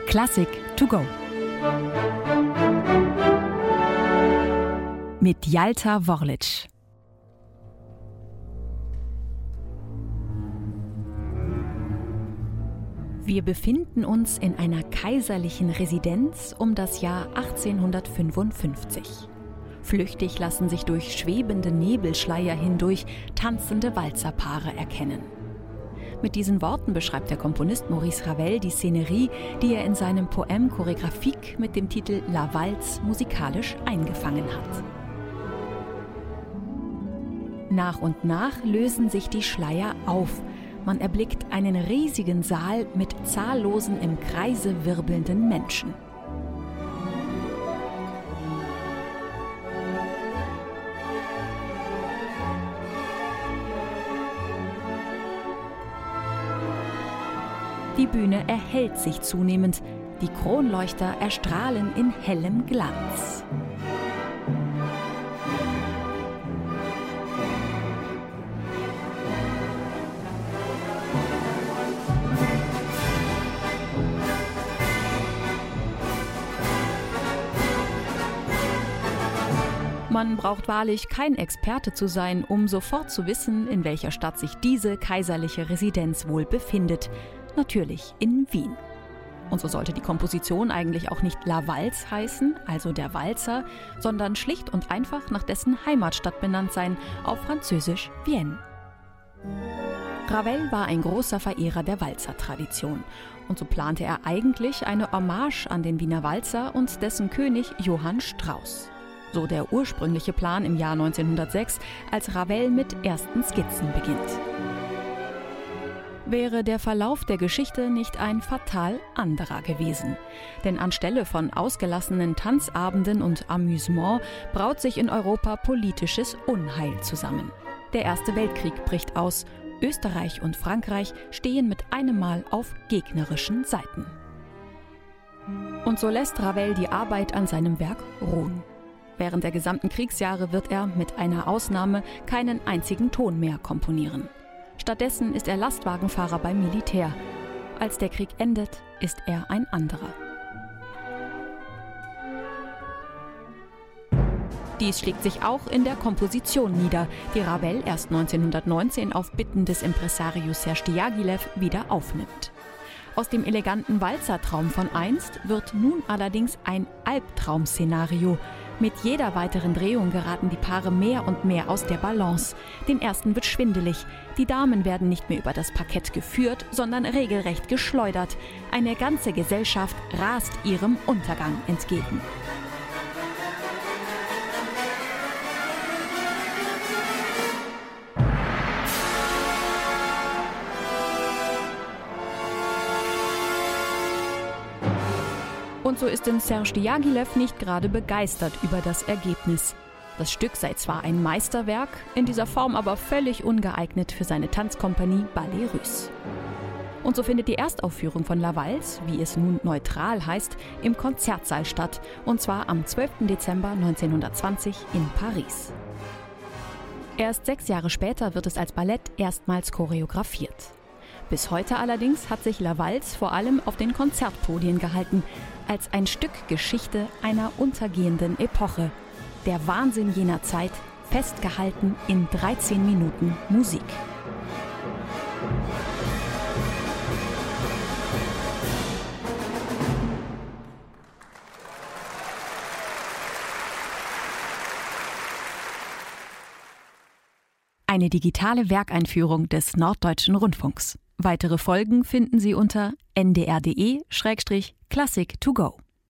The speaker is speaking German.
Klassik to go. Mit Jalta Worlic. Wir befinden uns in einer kaiserlichen Residenz um das Jahr 1855. Flüchtig lassen sich durch schwebende Nebelschleier hindurch tanzende Walzerpaare erkennen. Mit diesen Worten beschreibt der Komponist Maurice Ravel die Szenerie, die er in seinem Poème Chorégraphique mit dem Titel La Valse musikalisch eingefangen hat. Nach und nach lösen sich die Schleier auf. Man erblickt einen riesigen Saal mit zahllosen im Kreise wirbelnden Menschen. Die Bühne erhellt sich zunehmend, die Kronleuchter erstrahlen in hellem Glanz. Man braucht wahrlich kein Experte zu sein, um sofort zu wissen, in welcher Stadt sich diese kaiserliche Residenz wohl befindet. Natürlich in Wien. Und so sollte die Komposition eigentlich auch nicht La Valse heißen, also der Walzer, sondern schlicht und einfach nach dessen Heimatstadt benannt sein, auf Französisch Vienne. Ravel war ein großer Verehrer der Walzertradition. Und so plante er eigentlich eine Hommage an den Wiener Walzer und dessen König Johann Strauss. So der ursprüngliche Plan im Jahr 1906, als Ravel mit ersten Skizzen beginnt. Wäre der Verlauf der Geschichte nicht ein fatal anderer gewesen. Denn anstelle von ausgelassenen Tanzabenden und Amüsement braut sich in Europa politisches Unheil zusammen. Der Erste Weltkrieg bricht aus. Österreich und Frankreich stehen mit einem Mal auf gegnerischen Seiten. Und so lässt Ravel die Arbeit an seinem Werk ruhen. Während der gesamten Kriegsjahre wird er mit einer Ausnahme keinen einzigen Ton mehr komponieren. Stattdessen ist er Lastwagenfahrer beim Militär. Als der Krieg endet, ist er ein anderer. Dies schlägt sich auch in der Komposition nieder, die Ravel erst 1919 auf Bitten des Impresarios Serge Diaghilev wieder aufnimmt. Aus dem eleganten Walzertraum von einst wird nun allerdings ein Albtraum-Szenario. Mit jeder weiteren Drehung geraten die Paare mehr und mehr aus der Balance. Den ersten wird schwindelig. Die Damen werden nicht mehr über das Parkett geführt, sondern regelrecht geschleudert. Eine ganze Gesellschaft rast ihrem Untergang entgegen. Und so ist denn Serge Diaghilev nicht gerade begeistert über das Ergebnis. Das Stück sei zwar ein Meisterwerk, in dieser Form aber völlig ungeeignet für seine Tanzkompanie Ballet Russe. Und so findet die Erstaufführung von La Valse, wie es nun neutral heißt, im Konzertsaal statt, und zwar am 12. Dezember 1920 in Paris. Erst 6 Jahre später wird es als Ballett erstmals choreografiert. Bis heute allerdings hat sich La Valse vor allem auf den Konzertpodien gehalten, als ein Stück Geschichte einer untergehenden Epoche. Der Wahnsinn jener Zeit, festgehalten in 13 Minuten Musik. Eine digitale Werkeinführung des Norddeutschen Rundfunks. Weitere Folgen finden Sie unter ndr.de/classic2go.